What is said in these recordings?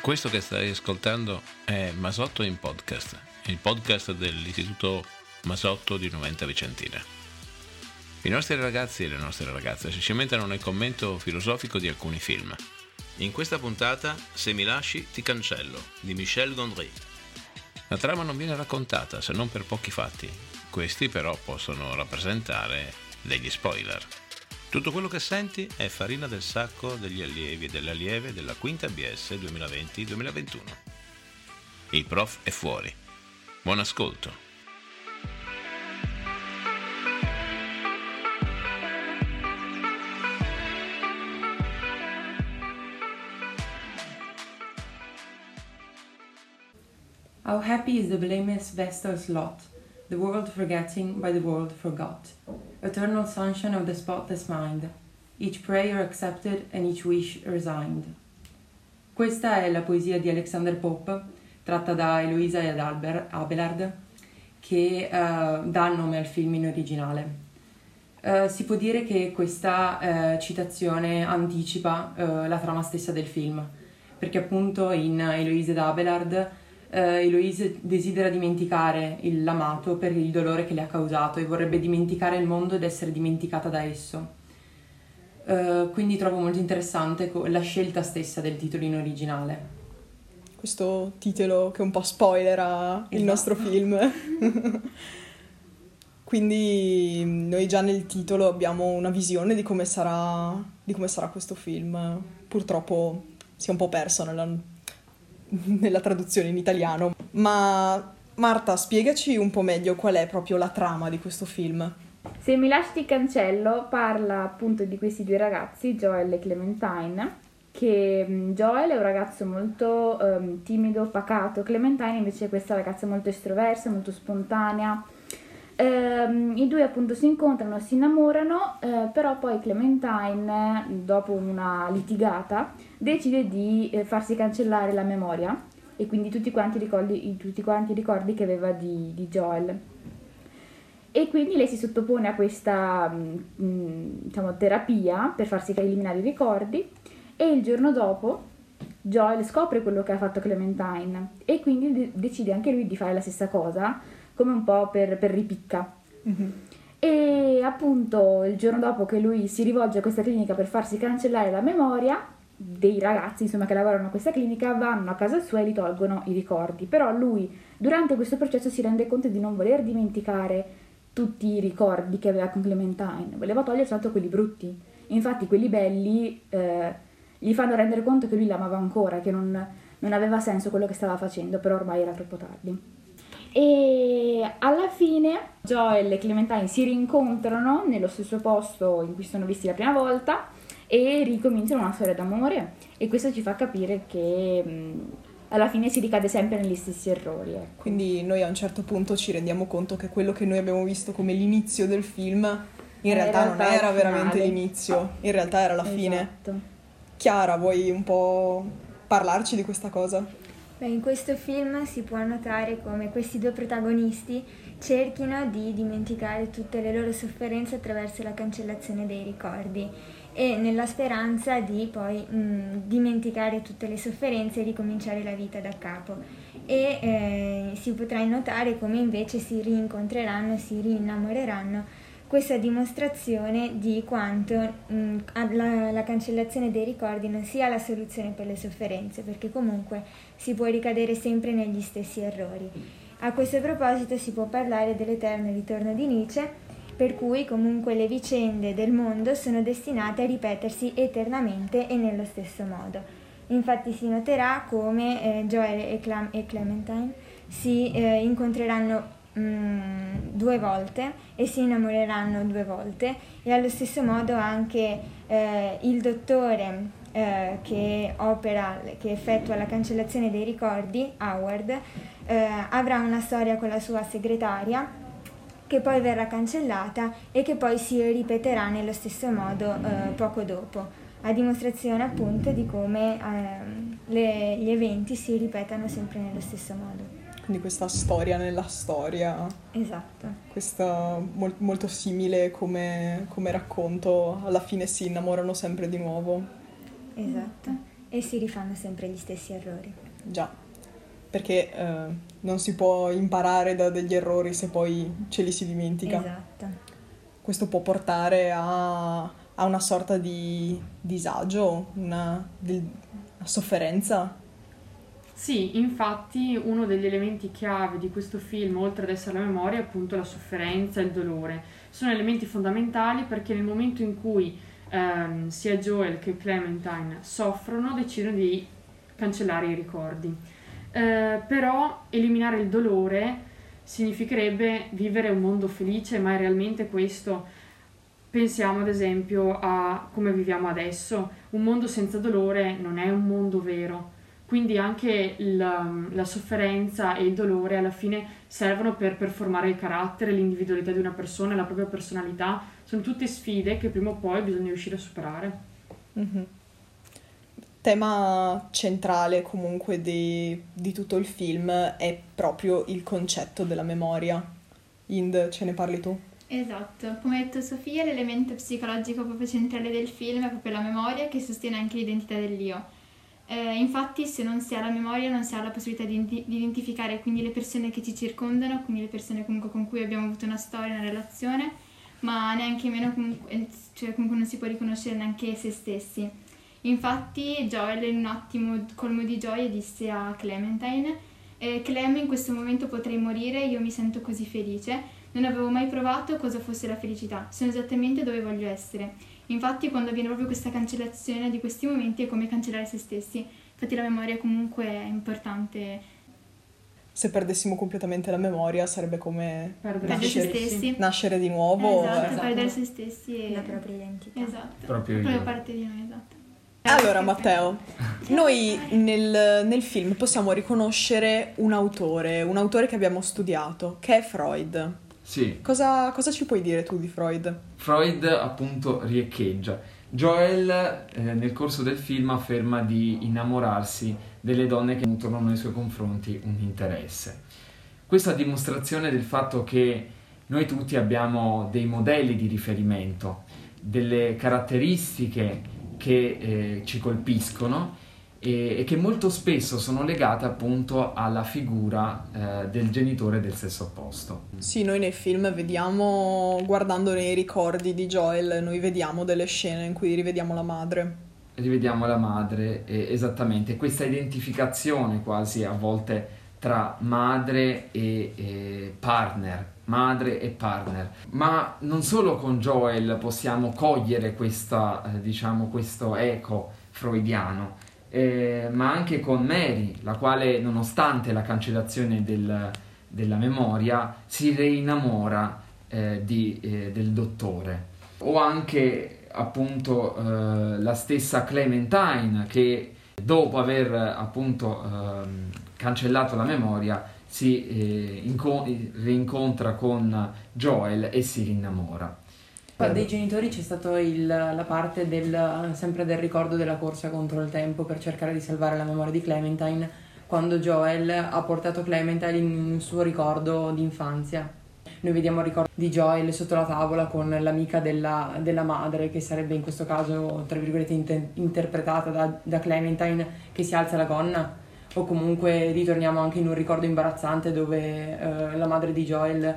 Questo che stai ascoltando è Masotto in Podcast, il podcast dell'Istituto Masotto di Noventa Vicentina. I nostri ragazzi e le nostre ragazze si cimentano nel commento filosofico di alcuni film. In questa puntata, Se mi lasci ti cancello, di Michel Gondry. La trama non viene raccontata se non per pochi fatti, questi però possono rappresentare degli spoiler. Tutto quello che senti è farina del sacco degli allievi e delle allieve della quinta BS 2020-2021. Il prof è fuori. Buon ascolto. How happy is the blameless vestal's lot, the world forgetting by the world forgot. Eternal sunshine of the spotless mind, each prayer accepted and each wish resigned. Questa è la poesia di Alexander Pope, tratta da Eloisa ed Abelard, che dà nome al film in originale. Si può dire che questa citazione anticipa la trama stessa del film, perché appunto in Eloisa ed Abelard Eloise desidera dimenticare l'amato per il dolore che le ha causato e vorrebbe dimenticare il mondo ed essere dimenticata da esso. Quindi trovo molto interessante la scelta stessa del titolo in originale. Questo titolo che un po' spoilera il nostro film. Quindi noi già nel titolo abbiamo una visione di come sarà questo film. Purtroppo si è un po' perso nella traduzione in italiano. Ma Marta, spiegaci un po' meglio qual è proprio la trama di questo film. Se mi lasci ti cancello parla appunto di questi due ragazzi, Joel e Clementine, che Joel è un ragazzo molto timido, pacato, Clementine invece è questa ragazza molto estroversa, molto spontanea. I due appunto si incontrano, si innamorano, però poi Clementine, dopo una litigata, decide di farsi cancellare la memoria e quindi tutti quanti i ricordi che aveva di Joel. E quindi lei si sottopone a questa terapia per farsi eliminare i ricordi, e il giorno dopo Joel scopre quello che ha fatto Clementine e quindi decide anche lui di fare la stessa cosa, come un po' per ripicca. Mm-hmm. E appunto il giorno dopo che lui si rivolge a questa clinica per farsi cancellare la memoria, dei ragazzi insomma che lavorano a questa clinica vanno a casa sua e gli tolgono i ricordi, però lui durante questo processo si rende conto di non voler dimenticare tutti i ricordi che aveva con Clementine, voleva togliere soltanto quelli brutti. Infatti quelli belli gli fanno rendere conto che lui l'amava ancora, che non aveva senso quello che stava facendo, però ormai era troppo tardi. E alla fine Joel e Clementine si rincontrano nello stesso posto in cui sono visti la prima volta e ricominciano una storia d'amore, e questo ci fa capire che alla fine si ricade sempre negli stessi errori, ecco. Quindi noi a un certo punto ci rendiamo conto che quello che noi abbiamo visto come l'inizio del film in realtà non era veramente l'inizio, in realtà era la fine. Esatto. Chiara, vuoi un po' parlarci di questa cosa? Beh, in questo film si può notare come questi due protagonisti cerchino di dimenticare tutte le loro sofferenze attraverso la cancellazione dei ricordi, e nella speranza di poi dimenticare tutte le sofferenze e ricominciare la vita da capo. E si potrà notare come invece si rincontreranno, si rinnamoreranno. Questa dimostrazione di quanto la cancellazione dei ricordi non sia la soluzione per le sofferenze, perché comunque si può ricadere sempre negli stessi errori. A questo proposito si può parlare dell'eterno ritorno di Nietzsche, per cui comunque le vicende del mondo sono destinate a ripetersi eternamente e nello stesso modo. Infatti si noterà come Joel e Clementine si incontreranno 2 volte e si innamoreranno 2 volte, e allo stesso modo anche il dottore che effettua la cancellazione dei ricordi, Howard, avrà una storia con la sua segretaria che poi verrà cancellata e che poi si ripeterà nello stesso modo poco dopo, a dimostrazione appunto di come gli eventi si ripetano sempre nello stesso modo. Quindi questa storia nella storia. Esatto. Questa molto simile come racconto, alla fine si innamorano sempre di nuovo. Esatto. E si rifanno sempre gli stessi errori. Già, perché non si può imparare da degli errori se poi ce li si dimentica. Esatto. Questo può portare a una sorta di disagio, una sofferenza. Sì, infatti uno degli elementi chiave di questo film, oltre ad essere la memoria, è appunto la sofferenza e il dolore. Sono elementi fondamentali perché nel momento in cui sia Joel che Clementine soffrono, decidono di cancellare i ricordi. Però eliminare il dolore significherebbe vivere un mondo felice, ma è realmente questo? Pensiamo ad esempio a come viviamo adesso. Un mondo senza dolore non è un mondo vero. Quindi anche la sofferenza e il dolore alla fine servono per formare il carattere, l'individualità di una persona, la propria personalità. Sono tutte sfide che prima o poi bisogna riuscire a superare. Mm-hmm. Tema centrale comunque di tutto il film è proprio il concetto della memoria. Ind, ce ne parli tu? Esatto, come ha detto Sofia, l'elemento psicologico proprio centrale del film è proprio la memoria che sostiene anche l'identità dell'io. Infatti se non si ha la memoria non si ha la possibilità di identificare quindi le persone che ci circondano, quindi le persone comunque con cui abbiamo avuto una storia, una relazione, ma neanche meno comunque non si può riconoscere neanche se stessi. Infatti Joel in un attimo colmo di gioia disse a Clementine Clem, in questo momento potrei morire, io mi sento così felice, non avevo mai provato cosa fosse la felicità, sono esattamente dove voglio essere. Infatti quando avviene proprio questa cancellazione di questi momenti è come cancellare se stessi. Infatti la memoria comunque è importante. Se perdessimo completamente la memoria sarebbe come perdere se stessi. Nascere di nuovo. Esatto, perdere se stessi e la propria identità. Esatto. Proprio parte di noi, esatto. Allora Matteo, noi nel film possiamo riconoscere un autore che abbiamo studiato, che è Freud. Sì. Cosa ci puoi dire tu di Freud? Freud appunto riecheggia. Joel nel corso del film afferma di innamorarsi delle donne che nutrono nei suoi confronti un interesse. Questa dimostrazione del fatto che noi tutti abbiamo dei modelli di riferimento, delle caratteristiche che ci colpiscono e che molto spesso sono legate appunto alla figura del genitore del sesso opposto. Sì, noi nel film vediamo, guardando nei ricordi di Joel, noi vediamo delle scene in cui rivediamo la madre. Rivediamo la madre, esattamente, questa identificazione quasi a volte tra madre e partner, ma non solo con Joel possiamo cogliere questa, questo eco freudiano, ma anche con Mary, la quale nonostante la cancellazione della memoria si reinnamora del dottore, o anche appunto la stessa Clementine che dopo aver appunto cancellato la memoria si rincontra con Joel e si rinnamora. Dei genitori c'è stata la parte sempre del ricordo della corsa contro il tempo per cercare di salvare la memoria di Clementine, quando Joel ha portato Clementine in un suo ricordo d'infanzia. Noi vediamo il ricordo di Joel sotto la tavola con l'amica della madre, che sarebbe in questo caso, tra virgolette, interpretata da Clementine, che si alza la gonna. O comunque ritorniamo anche in un ricordo imbarazzante dove la madre di Joel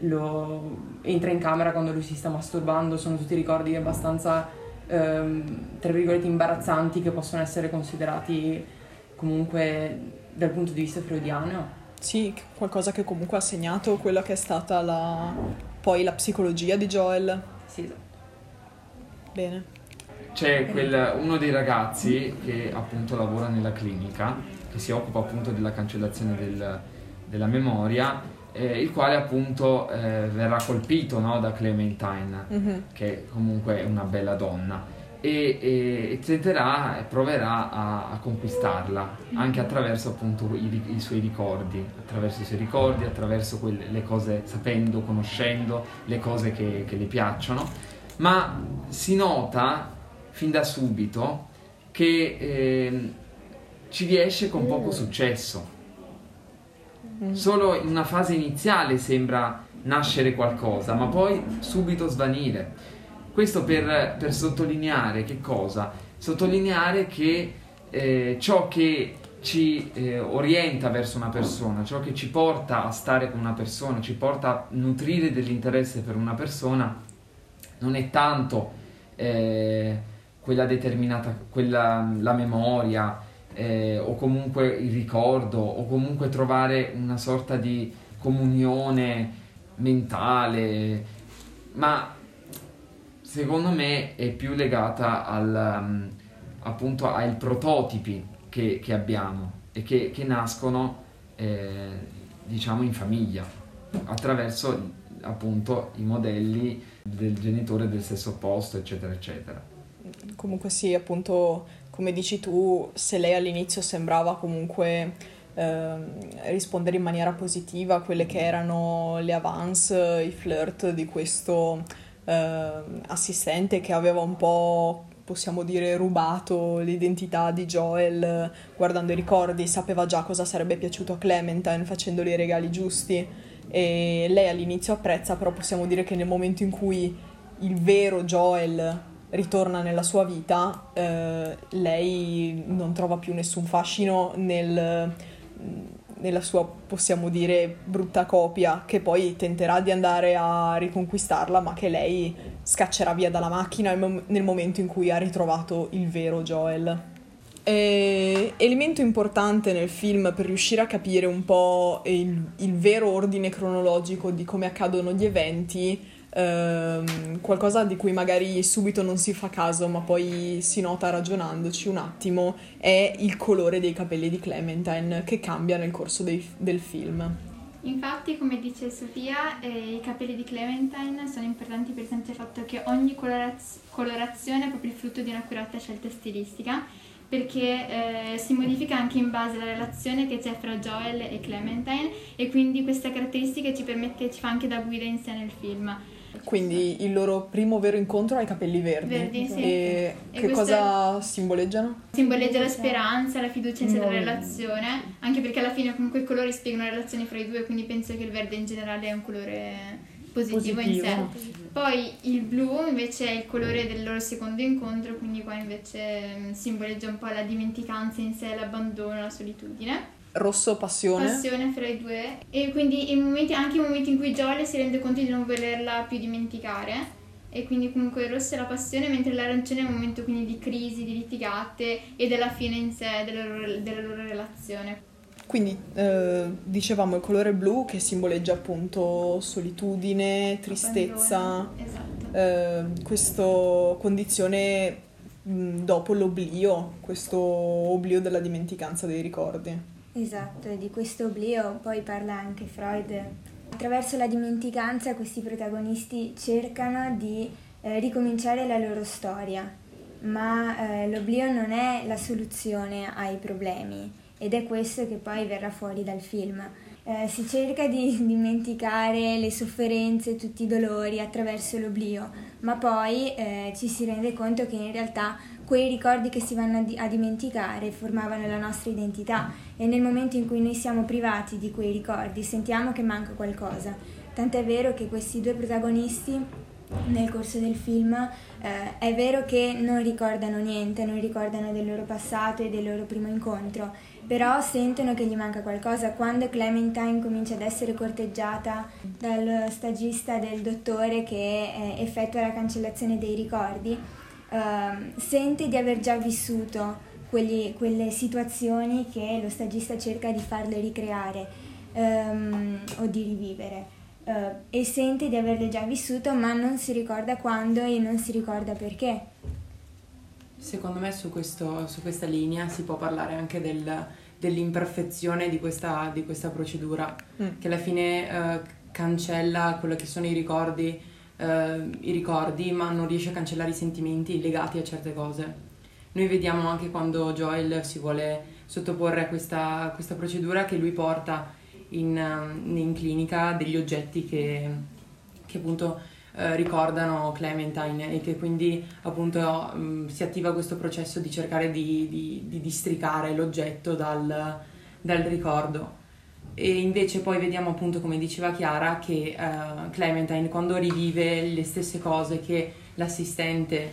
entra in camera quando lui si sta masturbando. Sono tutti ricordi abbastanza tra virgolette imbarazzanti, che possono essere considerati comunque dal punto di vista freudiano. Sì, qualcosa che comunque ha segnato quella che è stata poi la psicologia di Joel. Sì, esatto. Bene. C'è uno dei ragazzi che appunto lavora nella clinica, che si occupa appunto della cancellazione della memoria, il quale appunto verrà colpito, no, da Clementine, che comunque è una bella donna, e proverà a conquistarla anche attraverso appunto i suoi ricordi, attraverso le cose, sapendo, conoscendo le cose che le piacciono, ma si nota fin da subito che ci riesce con poco successo. Solo in una fase iniziale sembra nascere qualcosa, ma poi subito svanire. Questo per sottolineare che cosa? Sottolineare che ciò che ci orienta verso una persona, ciò che ci porta a stare con una persona, ci porta a nutrire dell'interesse per una persona, non è tanto quella determinata, la memoria, o comunque il ricordo, o comunque trovare una sorta di comunione mentale, ma secondo me è più legata appunto ai prototipi che abbiamo e che nascono diciamo in famiglia attraverso appunto i modelli del genitore del sesso opposto, eccetera eccetera. Comunque sì, appunto, come dici tu, se lei all'inizio sembrava comunque rispondere in maniera positiva a quelle che erano le avance, i flirt di questo assistente che aveva un po', possiamo dire, rubato l'identità di Joel, guardando i ricordi, sapeva già cosa sarebbe piaciuto a Clementine facendole i regali giusti, e lei all'inizio apprezza, però possiamo dire che nel momento in cui il vero Joel ritorna nella sua vita, lei non trova più nessun fascino nella sua, possiamo dire, brutta copia, che poi tenterà di andare a riconquistarla, ma che lei scaccerà via dalla macchina nel momento in cui ha ritrovato il vero Joel. Elemento importante nel film per riuscire a capire un po' il vero ordine cronologico di come accadono gli eventi, qualcosa di cui magari subito non si fa caso ma poi si nota ragionandoci un attimo, è il colore dei capelli di Clementine, che cambia nel corso del film. Infatti, come dice Sofia, i capelli di Clementine sono importanti per il semplice fatto che ogni colorazione è proprio il frutto di un'accurata scelta stilistica, perché si modifica anche in base alla relazione che c'è fra Joel e Clementine, e quindi questa caratteristica ci fa anche da guida in sé nel film. Quindi il loro primo vero incontro ha i capelli verdi. Sì. E che cosa simboleggiano? Simboleggia la speranza, la fiducia in sé della relazione, anche perché alla fine comunque i colori spiegano la relazione fra i due, quindi penso che il verde in generale è un colore positivo in sé. Poi il blu invece è il colore del loro secondo incontro, quindi qua invece simboleggia un po' la dimenticanza in sé, l'abbandono, la solitudine. Rosso, passione fra i due, e quindi anche i momenti in cui Joel si rende conto di non volerla più dimenticare, e quindi comunque il rosso è la passione, mentre l'arancione è un momento quindi di crisi, di litigate e della fine in sé della loro relazione. Quindi dicevamo il colore blu che simboleggia appunto solitudine, tristezza, esatto. Questa condizione dopo l'oblio, questo oblio della dimenticanza dei ricordi. Esatto, e di questo oblio poi parla anche Freud. Attraverso la dimenticanza questi protagonisti cercano di ricominciare la loro storia, ma l'oblio non è la soluzione ai problemi, ed è questo che poi verrà fuori dal film. Si cerca di dimenticare le sofferenze, tutti i dolori attraverso l'oblio, ma poi ci si rende conto che in realtà quei ricordi che si vanno a dimenticare formavano la nostra identità, e nel momento in cui noi siamo privati di quei ricordi sentiamo che manca qualcosa. Tant'è vero che questi due protagonisti nel corso del film è vero che non ricordano niente, non ricordano del loro passato e del loro primo incontro, però sentono che gli manca qualcosa. Quando Clementine comincia ad essere corteggiata dal stagista del dottore che effettua la cancellazione dei ricordi, sente di aver già vissuto quelle situazioni che lo stagista cerca di farle ricreare o di rivivere, e sente di averle già vissuto, ma non si ricorda quando e non si ricorda perché. Secondo me su questa linea si può parlare anche dell'imperfezione di questa procedura, che alla fine cancella quello che sono i ricordi, ma non riesce a cancellare i sentimenti legati a certe cose. Noi vediamo anche quando Joel si vuole sottoporre a questa procedura che lui porta in clinica degli oggetti che appunto ricordano Clementine, e che quindi appunto si attiva questo processo di cercare di districare l'oggetto dal ricordo. E invece poi vediamo appunto, come diceva Chiara, che Clementine quando rivive le stesse cose che l'assistente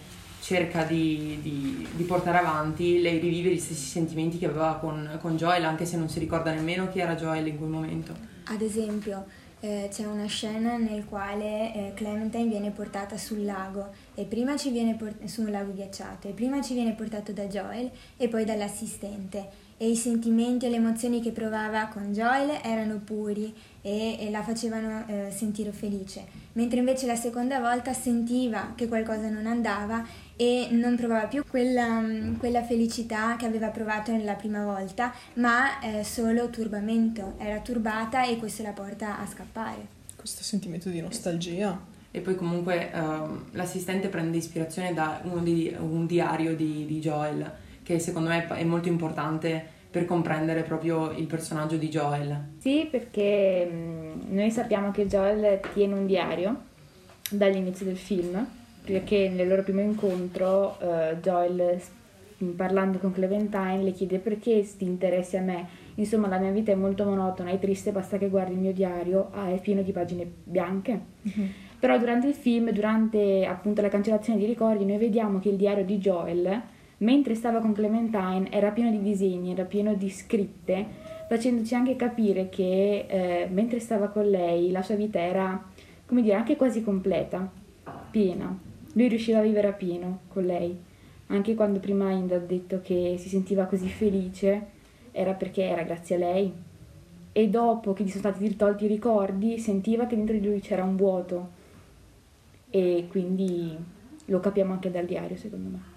cerca di portare avanti, lei rivive gli stessi sentimenti che aveva con Joel, anche se non si ricorda nemmeno chi era Joel in quel momento. Ad esempio, c'è una scena nel quale Clementine viene portata sul lago e prima ci viene su un lago ghiacciato, e prima ci viene portato da Joel e poi dall'assistente, e i sentimenti e le emozioni che provava con Joel erano puri e la facevano sentire felice, mentre invece la seconda volta sentiva che qualcosa non andava e non provava più quella felicità che aveva provato nella prima volta, ma solo turbamento, era turbata e questo la porta a scappare. Questo sentimento di nostalgia. E poi comunque l'assistente prende ispirazione da un diario di Joel, che secondo me è molto importante per comprendere proprio il personaggio di Joel. Sì, perché noi sappiamo che Joel tiene un diario dall'inizio del film, perché nel loro primo incontro Joel, parlando con Clementine, le chiede perché ti interessi a me. Insomma, la mia vita è molto monotona e triste, basta che guardi il mio diario, è pieno di pagine bianche. Mm-hmm. Però durante il film, durante appunto la cancellazione di ricordi, noi vediamo che il diario di Joel, mentre stava con Clementine, era pieno di disegni, era pieno di scritte, facendoci anche capire che mentre stava con lei la sua vita era, come dire, anche quasi completa, piena. Lui riusciva a vivere a pieno con lei. Anche quando prima Inda ha detto che si sentiva così felice, era perché era grazie a lei. E dopo che gli sono stati tolti i ricordi, sentiva che dentro di lui c'era un vuoto. E quindi lo capiamo anche dal diario, secondo me.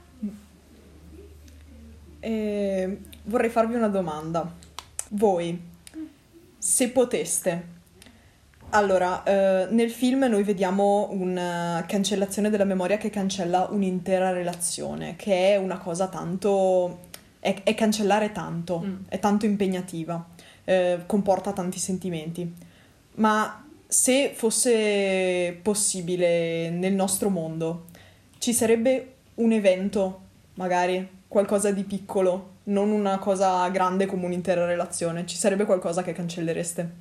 Vorrei farvi una domanda. Voi, se poteste... Allora, nel film noi vediamo una cancellazione della memoria che cancella un'intera relazione, che è una cosa tanto... è cancellare tanto, è tanto impegnativa, comporta tanti sentimenti. Ma se fosse possibile nel nostro mondo, ci sarebbe un evento, magari, qualcosa di piccolo, non una cosa grande come un'intera relazione, ci sarebbe qualcosa che cancellereste?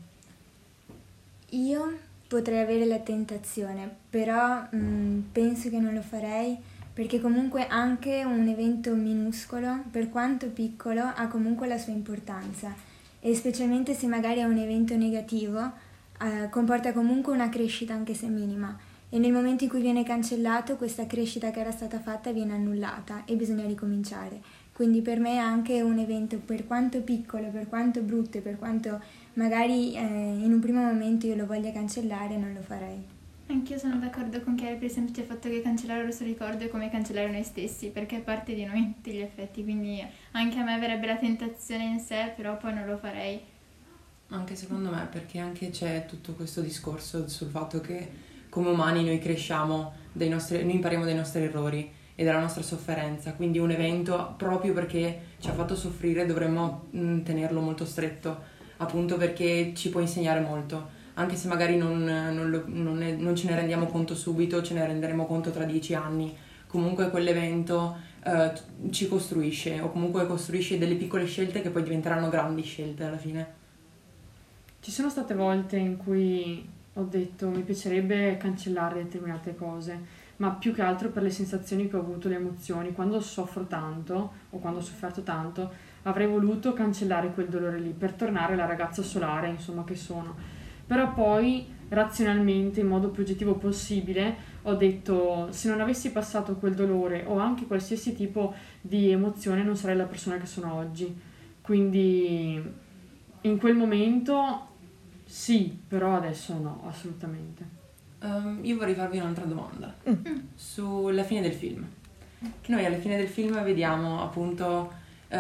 Io potrei avere la tentazione, però penso che non lo farei, perché comunque anche un evento minuscolo, per quanto piccolo, ha comunque la sua importanza, e specialmente se magari è un evento negativo, comporta comunque una crescita anche se minima, e nel momento in cui viene cancellato questa crescita che era stata fatta viene annullata e bisogna ricominciare. Quindi per me anche un evento, per quanto piccolo, per quanto brutto, per quanto magari in un primo momento io lo voglia cancellare, non lo farei. Anch'io sono d'accordo con Chiara per il semplice fatto che cancellare il suo ricordo è come cancellare noi stessi, perché è parte di noi a tutti gli effetti, quindi anche a me verrebbe la tentazione in sé, però poi non lo farei. Anche secondo me, perché anche c'è tutto questo discorso sul fatto che come umani noi cresciamo, noi impariamo dai nostri errori e dalla nostra sofferenza, quindi un evento, proprio perché ci ha fatto soffrire, dovremmo tenerlo molto stretto, appunto perché ci può insegnare molto, anche se magari non ce ne rendiamo conto subito, ce ne renderemo conto tra 10 anni, comunque quell'evento ci costruisce, o comunque costruisce delle piccole scelte che poi diventeranno grandi scelte alla fine. Ci sono state volte in cui ho detto mi piacerebbe cancellare determinate cose, ma più che altro per le sensazioni che ho avuto, le emozioni. Quando soffro tanto o quando ho sofferto tanto, avrei voluto cancellare quel dolore lì per tornare la ragazza solare, insomma, che sono. Però poi, razionalmente, in modo più oggettivo possibile, ho detto se non avessi passato quel dolore o anche qualsiasi tipo di emozione non sarei la persona che sono oggi. Quindi in quel momento sì, però adesso no, assolutamente. Io vorrei farvi un'altra domanda sulla fine del film. Che noi alla fine del film vediamo appunto,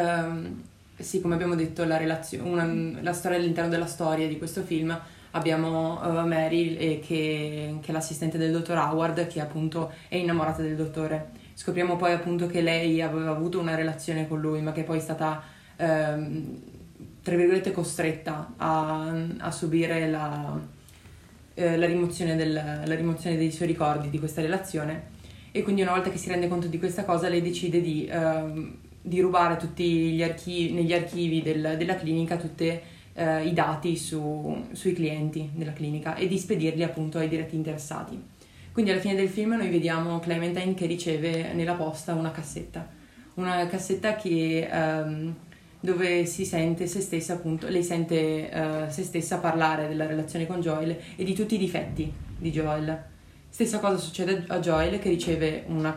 sì, come abbiamo detto, la storia all'interno della storia di questo film. Abbiamo Mary che è l'assistente del dottor Howard, che appunto è innamorata del dottore. Scopriamo poi appunto che lei aveva avuto una relazione con lui, ma che poi è stata tra virgolette costretta a subire la rimozione dei suoi ricordi di questa relazione, e quindi una volta che si rende conto di questa cosa lei decide di rubare tutti negli archivi della clinica tutti i dati sui clienti della clinica e di spedirli appunto ai diretti interessati. Quindi alla fine del film noi vediamo Clementine che riceve nella posta una cassetta che, dove si sente se stessa, appunto, lei sente se stessa parlare della relazione con Joel e di tutti i difetti di Joel. Stessa cosa succede a Joel che riceve una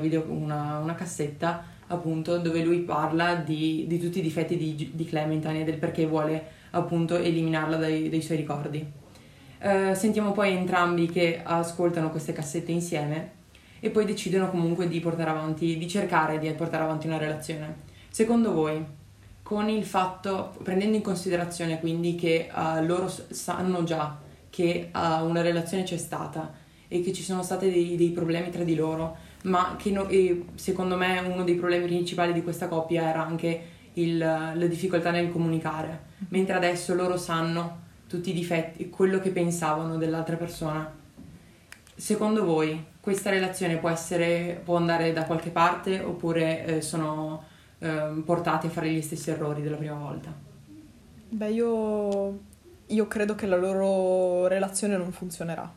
cassetta, appunto, dove lui parla di tutti i difetti di Clementine e del perché vuole, appunto, eliminarla dai suoi ricordi. Sentiamo poi entrambi che ascoltano queste cassette insieme e poi decidono comunque di cercare di portare avanti una relazione. Secondo voi, con il fatto, prendendo in considerazione quindi che loro sanno già che una relazione c'è stata e che ci sono stati dei problemi tra di loro, ma che secondo me uno dei problemi principali di questa coppia era anche la difficoltà nel comunicare, mentre adesso loro sanno tutti i difetti, quello che pensavano dell'altra persona. Secondo voi questa relazione può andare da qualche parte oppure sono portati a fare gli stessi errori della prima volta? Beh, io credo che la loro relazione non funzionerà.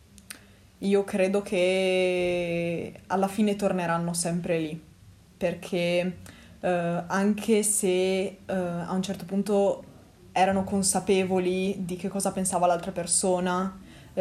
Io credo che alla fine torneranno sempre lì, perché anche se a un certo punto erano consapevoli di che cosa pensava l'altra persona,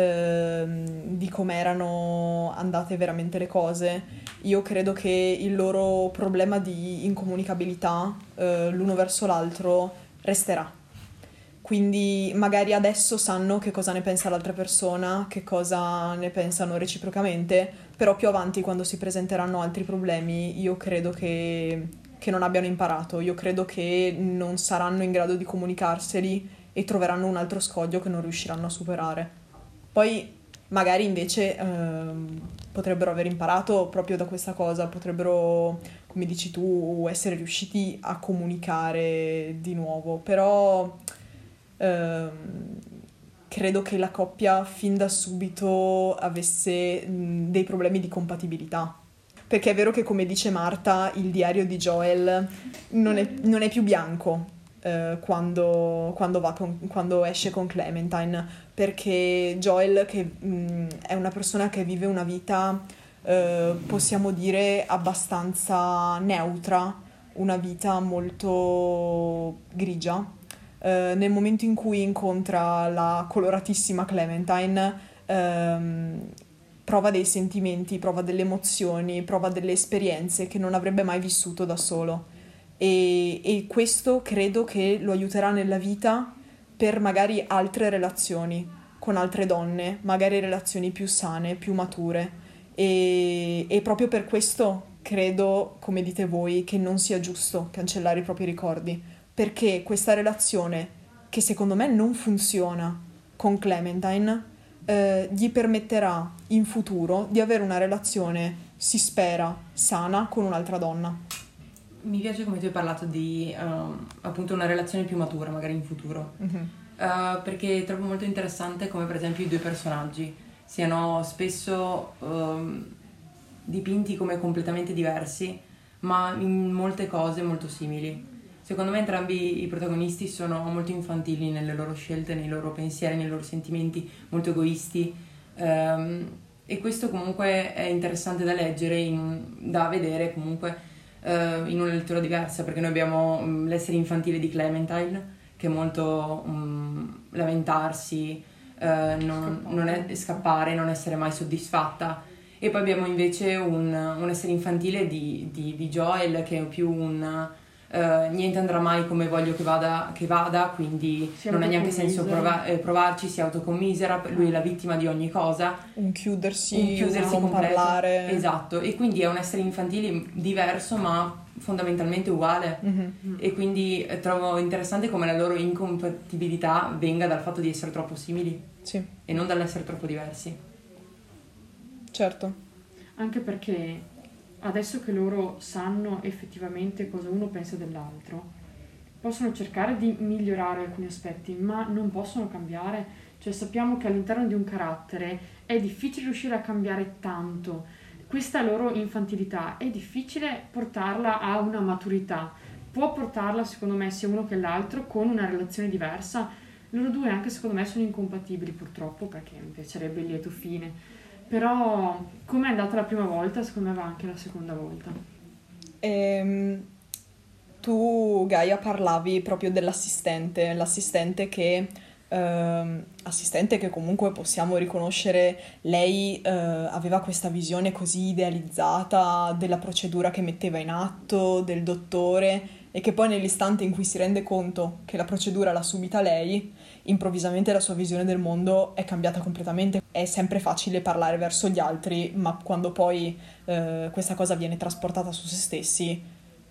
di come erano andate veramente le cose, io credo che il loro problema di incomunicabilità l'uno verso l'altro resterà. Quindi magari adesso sanno che cosa ne pensa l'altra persona, che cosa ne pensano reciprocamente, però più avanti, quando si presenteranno altri problemi, io credo che non abbiano imparato. Io credo che non saranno in grado di comunicarseli e troveranno un altro scoglio che non riusciranno a superare. Poi magari invece potrebbero aver imparato proprio da questa cosa, potrebbero, come dici tu, essere riusciti a comunicare di nuovo, però credo che la coppia fin da subito avesse dei problemi di compatibilità. Perché è vero che, come dice Marta, il diario di Joel non è più bianco quando esce con Clementine, perché Joel, che è una persona che vive una vita, possiamo dire, abbastanza neutra, una vita molto grigia, nel momento in cui incontra la coloratissima Clementine, prova dei sentimenti, prova delle emozioni, prova delle esperienze che non avrebbe mai vissuto da solo. E questo credo che lo aiuterà nella vita per magari altre relazioni con altre donne, magari relazioni più sane, più mature. E proprio per questo credo, come dite voi, che non sia giusto cancellare i propri ricordi, perché questa relazione, che secondo me non funziona con Clementine, gli permetterà in futuro di avere una relazione, si spera, sana con un'altra donna. Mi piace come tu hai parlato di appunto una relazione più matura magari in futuro, perché trovo molto interessante come per esempio i due personaggi siano spesso dipinti come completamente diversi, ma in molte cose molto simili. Secondo me entrambi i protagonisti sono molto infantili nelle loro scelte, nei loro pensieri, nei loro sentimenti, molto egoisti, e questo comunque è interessante da leggere, da vedere comunque in una lettura diversa, perché noi abbiamo l'essere infantile di Clementine, che è molto lamentarsi, non è scappare, non essere mai soddisfatta, e poi abbiamo invece un essere infantile di Joel, che è più niente andrà mai come voglio che vada, quindi non ha neanche senso provarci, si autocommisera, lui è la vittima di ogni cosa, un chiudersi non completo, parlare. esatto, e quindi è un essere infantile diverso ma fondamentalmente uguale. E quindi trovo interessante come la loro incompatibilità venga dal fatto di essere troppo simili, sì, e non dall'essere troppo diversi. Certo, anche perché adesso che loro sanno effettivamente cosa uno pensa dell'altro, possono cercare di migliorare alcuni aspetti, ma non possono cambiare. Cioè, sappiamo che all'interno di un carattere è difficile riuscire a cambiare tanto. Questa loro infantilità è difficile portarla a una maturità. Può portarla, secondo me, sia uno che l'altro con una relazione diversa. Loro due anche, secondo me, sono incompatibili, purtroppo, perché mi piacerebbe il lieto fine. Però come è andata la prima volta, secondo me va anche la seconda volta. Tu, Gaia, parlavi proprio dell'assistente, l'assistente che comunque possiamo riconoscere, lei aveva questa visione così idealizzata della procedura che metteva in atto, del dottore, e che poi nell'istante in cui si rende conto che la procedura l'ha subita lei, improvvisamente la sua visione del mondo è cambiata completamente. È sempre facile parlare verso gli altri, ma quando poi questa cosa viene trasportata su se stessi,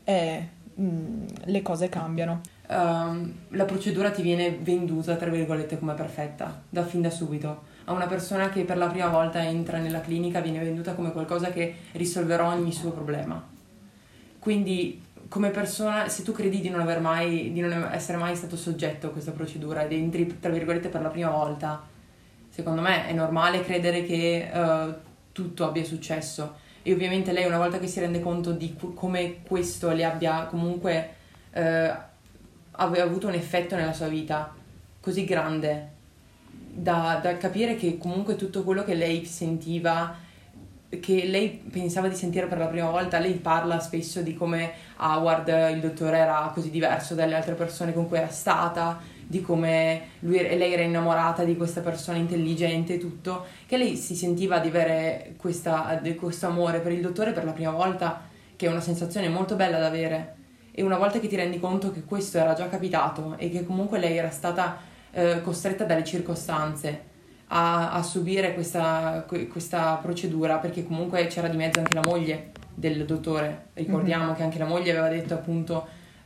le cose cambiano. La procedura ti viene venduta, tra virgolette, come perfetta, fin da subito. A una persona che per la prima volta entra nella clinica viene venduta come qualcosa che risolverà ogni suo problema. Quindi, come persona, se tu credi di non essere mai stato soggetto a questa procedura ed entri, tra virgolette, per la prima volta, secondo me è normale credere che tutto abbia successo. E ovviamente lei, una volta che si rende conto di come questo le abbia comunque aveva avuto un effetto nella sua vita così grande da capire che comunque tutto quello che lei sentiva, che lei pensava di sentire per la prima volta, lei parla spesso di come Howard, il dottore, era così diverso dalle altre persone con cui era stata, di come lei era innamorata di questa persona intelligente e tutto, che lei si sentiva di avere questo amore per il dottore per la prima volta, che è una sensazione molto bella da avere. E una volta che ti rendi conto che questo era già capitato e che comunque lei era stata costretta dalle circostanze a subire questa procedura, perché comunque c'era di mezzo anche la moglie del dottore. Ricordiamo che anche la moglie aveva detto appunto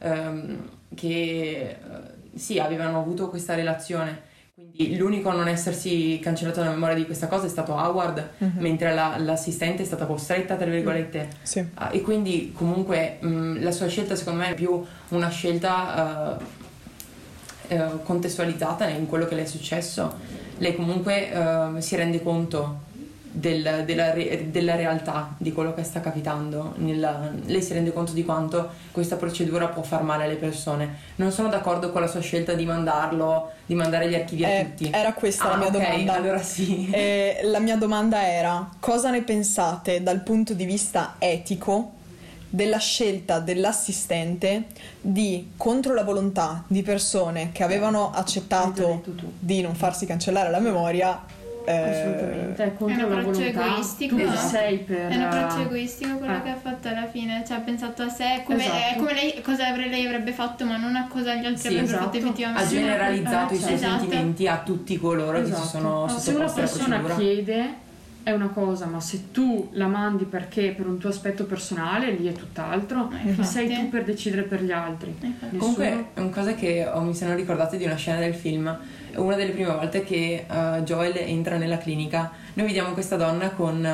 che sì, avevano avuto questa relazione. Quindi l'unico a non essersi cancellato dalla memoria di questa cosa è stato Howard, mentre l'assistente è stata costretta, tra virgolette. Sì. E quindi comunque la sua scelta secondo me è più una scelta contestualizzata in quello che le è successo. Lei comunque si rende conto della realtà di quello che sta capitando. Lei si rende conto di quanto questa procedura può far male alle persone. Non sono d'accordo con la sua scelta di mandare gli archivi a tutti. Era questa la mia domanda. Allora sì. La mia domanda era: cosa ne pensate dal punto di vista etico della scelta dell'assistente di, contro la volontà di persone che avevano accettato di non farsi cancellare la memoria? Assolutamente, è contro un la approccio volontà. egoistico. Tu sei per... È un approccio egoistico quello che ha fatto alla fine, cioè ha pensato a sé, come lei, cosa lei avrebbe fatto, ma non a cosa gli altri avrebbero fatto effettivamente. Ha generalizzato i suoi sentimenti a tutti coloro che si sono sottoposti alla procedura. Se una persona chiede è una cosa, ma se tu la mandi perché per un tuo aspetto personale, lì è tutt'altro. Chi sei tu per decidere per gli altri? Comunque è una cosa che mi sono ricordata di una scena del film. Una delle prime volte che Joel entra nella clinica, noi vediamo questa donna con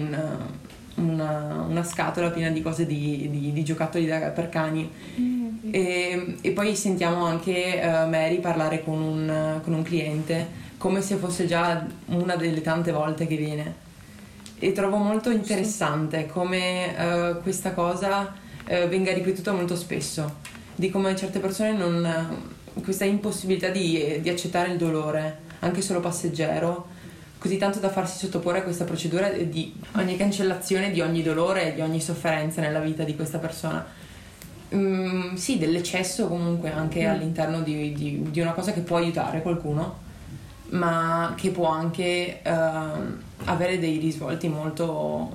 una scatola piena di cose di giocattoli per cani, e poi sentiamo anche Mary parlare con un cliente come se fosse già una delle tante volte che viene. E trovo molto interessante come questa cosa venga ripetuta molto spesso, di come certe persone questa impossibilità di accettare il dolore, anche solo passeggero, così tanto da farsi sottoporre a questa procedura di ogni cancellazione di ogni dolore e di ogni sofferenza nella vita di questa persona. Sì, dell'eccesso comunque anche all'interno di una cosa che può aiutare qualcuno, ma che può anche avere dei risvolti molto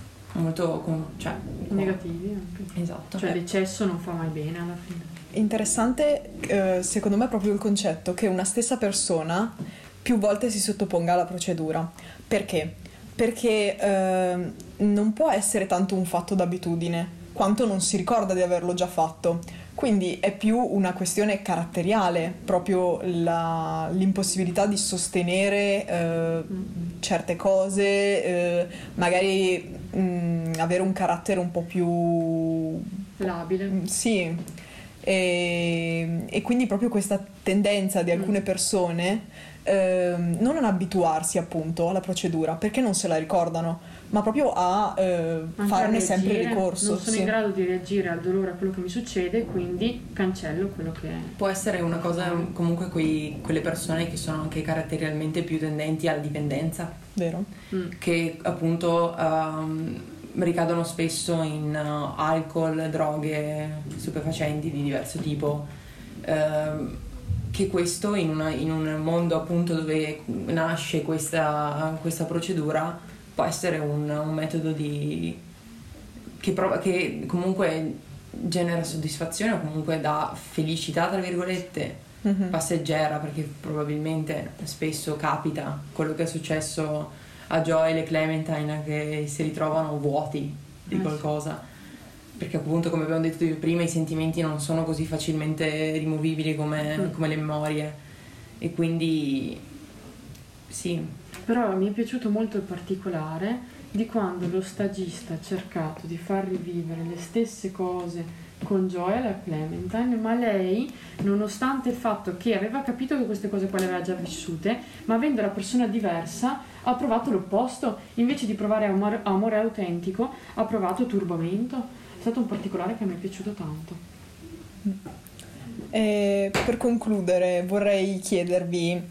negativi anche. Esatto. Cioè l'eccesso non fa mai bene alla fine. Interessante, secondo me, proprio il concetto che una stessa persona più volte si sottoponga alla procedura. Perché? Perché non può essere tanto un fatto d'abitudine quanto non si ricorda di averlo già fatto. Quindi è più una questione caratteriale, proprio l'impossibilità di sostenere certe cose, magari avere un carattere un po' più labile. Sì. E quindi proprio questa tendenza di alcune persone non ad abituarsi appunto alla procedura perché non se la ricordano, ma proprio a Anche farne a sempre reagire. ricorso. Non sono sì. in grado di reagire al dolore, a quello che mi succede, quindi cancello quello che è. Può essere una cosa, comunque quelle persone che sono anche caratterialmente più tendenti alla dipendenza, Vero? che appunto ricadono spesso in alcol, droghe, stupefacenti di diverso tipo, che questo in un mondo appunto dove nasce questa procedura può essere un metodo che comunque genera soddisfazione o comunque dà felicità tra virgolette passeggera, perché probabilmente spesso capita quello che è successo a Joel e Clementine, che si ritrovano vuoti di qualcosa, perché appunto, come abbiamo detto prima, i sentimenti non sono così facilmente rimovibili come le memorie, e quindi sì. Però mi è piaciuto molto il particolare di quando lo stagista ha cercato di far rivivere le stesse cose con Joel e Clementine, ma lei, nonostante il fatto che aveva capito che queste cose qua le aveva già vissute, ma avendo la persona diversa, ha provato l'opposto. Invece di provare amore autentico, ha provato turbamento. È stato un particolare che mi è piaciuto tanto. E per concludere vorrei chiedervi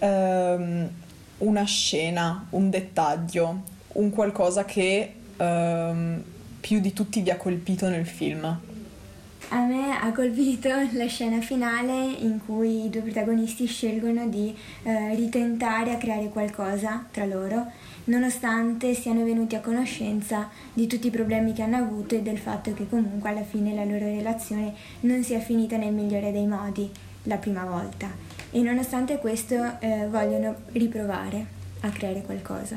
una scena, un dettaglio, un qualcosa che più di tutti vi ha colpito nel film. A me ha colpito la scena finale in cui i due protagonisti scelgono di ritentare a creare qualcosa tra loro, nonostante siano venuti a conoscenza di tutti i problemi che hanno avuto e del fatto che comunque alla fine la loro relazione non sia finita nel migliore dei modi la prima volta, e nonostante questo vogliono riprovare a creare qualcosa.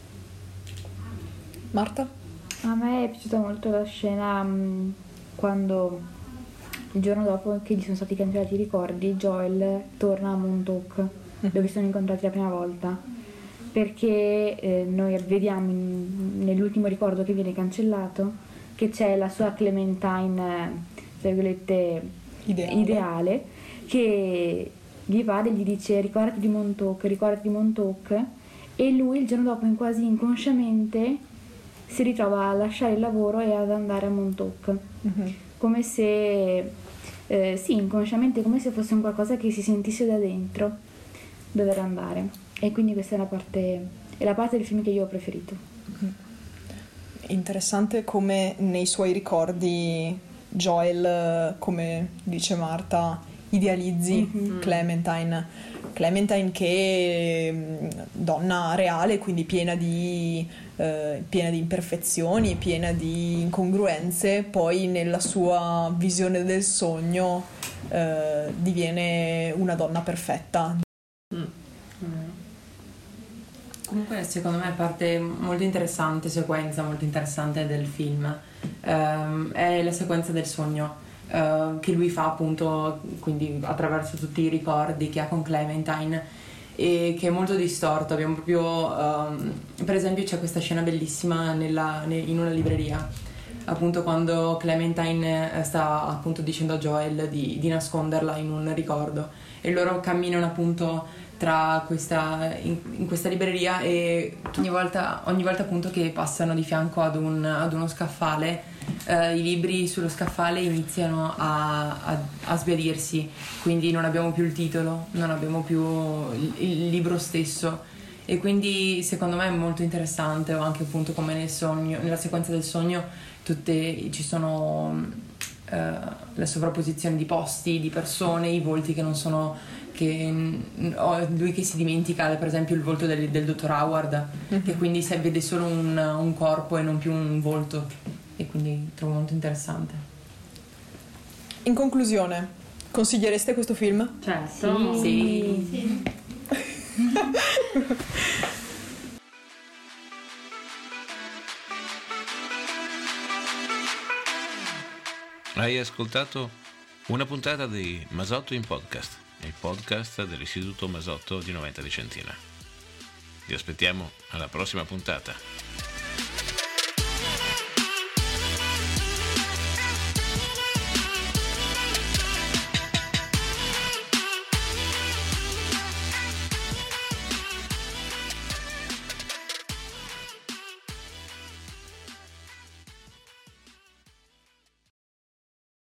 Marta? A me è piaciuta molto la scena quando il giorno dopo che gli sono stati cancellati i ricordi, Joel torna a Montauk, dove si sono incontrati la prima volta, perché noi vediamo nell'ultimo ricordo che viene cancellato che c'è la sua Clementine, tra virgolette, ideale, che gli va e gli dice ricordati di Montauk, e lui il giorno dopo quasi inconsciamente si ritrova a lasciare il lavoro e ad andare a Montauk, come se sì, inconsciamente, come se fosse un qualcosa che si sentisse da dentro dover andare. E quindi questa è la parte del film che io ho preferito. Interessante come nei suoi ricordi Joel, come dice Marta, idealizzi Clementine che donna reale, quindi piena di imperfezioni, piena di incongruenze, poi nella sua visione del sogno diviene una donna perfetta. Comunque secondo me parte sequenza molto interessante del film è la sequenza del sogno che lui fa appunto, quindi attraverso tutti i ricordi che ha con Clementine, e che è molto distorto. Abbiamo proprio per esempio c'è questa scena bellissima in una libreria, appunto quando Clementine sta appunto dicendo a Joel di nasconderla in un ricordo, e loro camminano appunto tra in questa libreria, e ogni volta appunto che passano di fianco ad uno scaffale, i libri sullo scaffale iniziano a sbiadirsi, quindi non abbiamo più il titolo, non abbiamo più il libro stesso, e quindi secondo me è molto interessante. O anche appunto come nella sequenza del sogno ci sono le sovrapposizioni di posti, di persone, i volti che non sono, lui che si dimentica per esempio il volto del dottor Howard, che quindi vede solo un corpo e non più un volto, e quindi trovo molto interessante. In conclusione, consigliereste questo film? Certo. Sì. Hai ascoltato una puntata di Masotto in Podcast, il podcast dell'Istituto Masotto di Noventa Vicentina. Ti aspettiamo alla prossima puntata.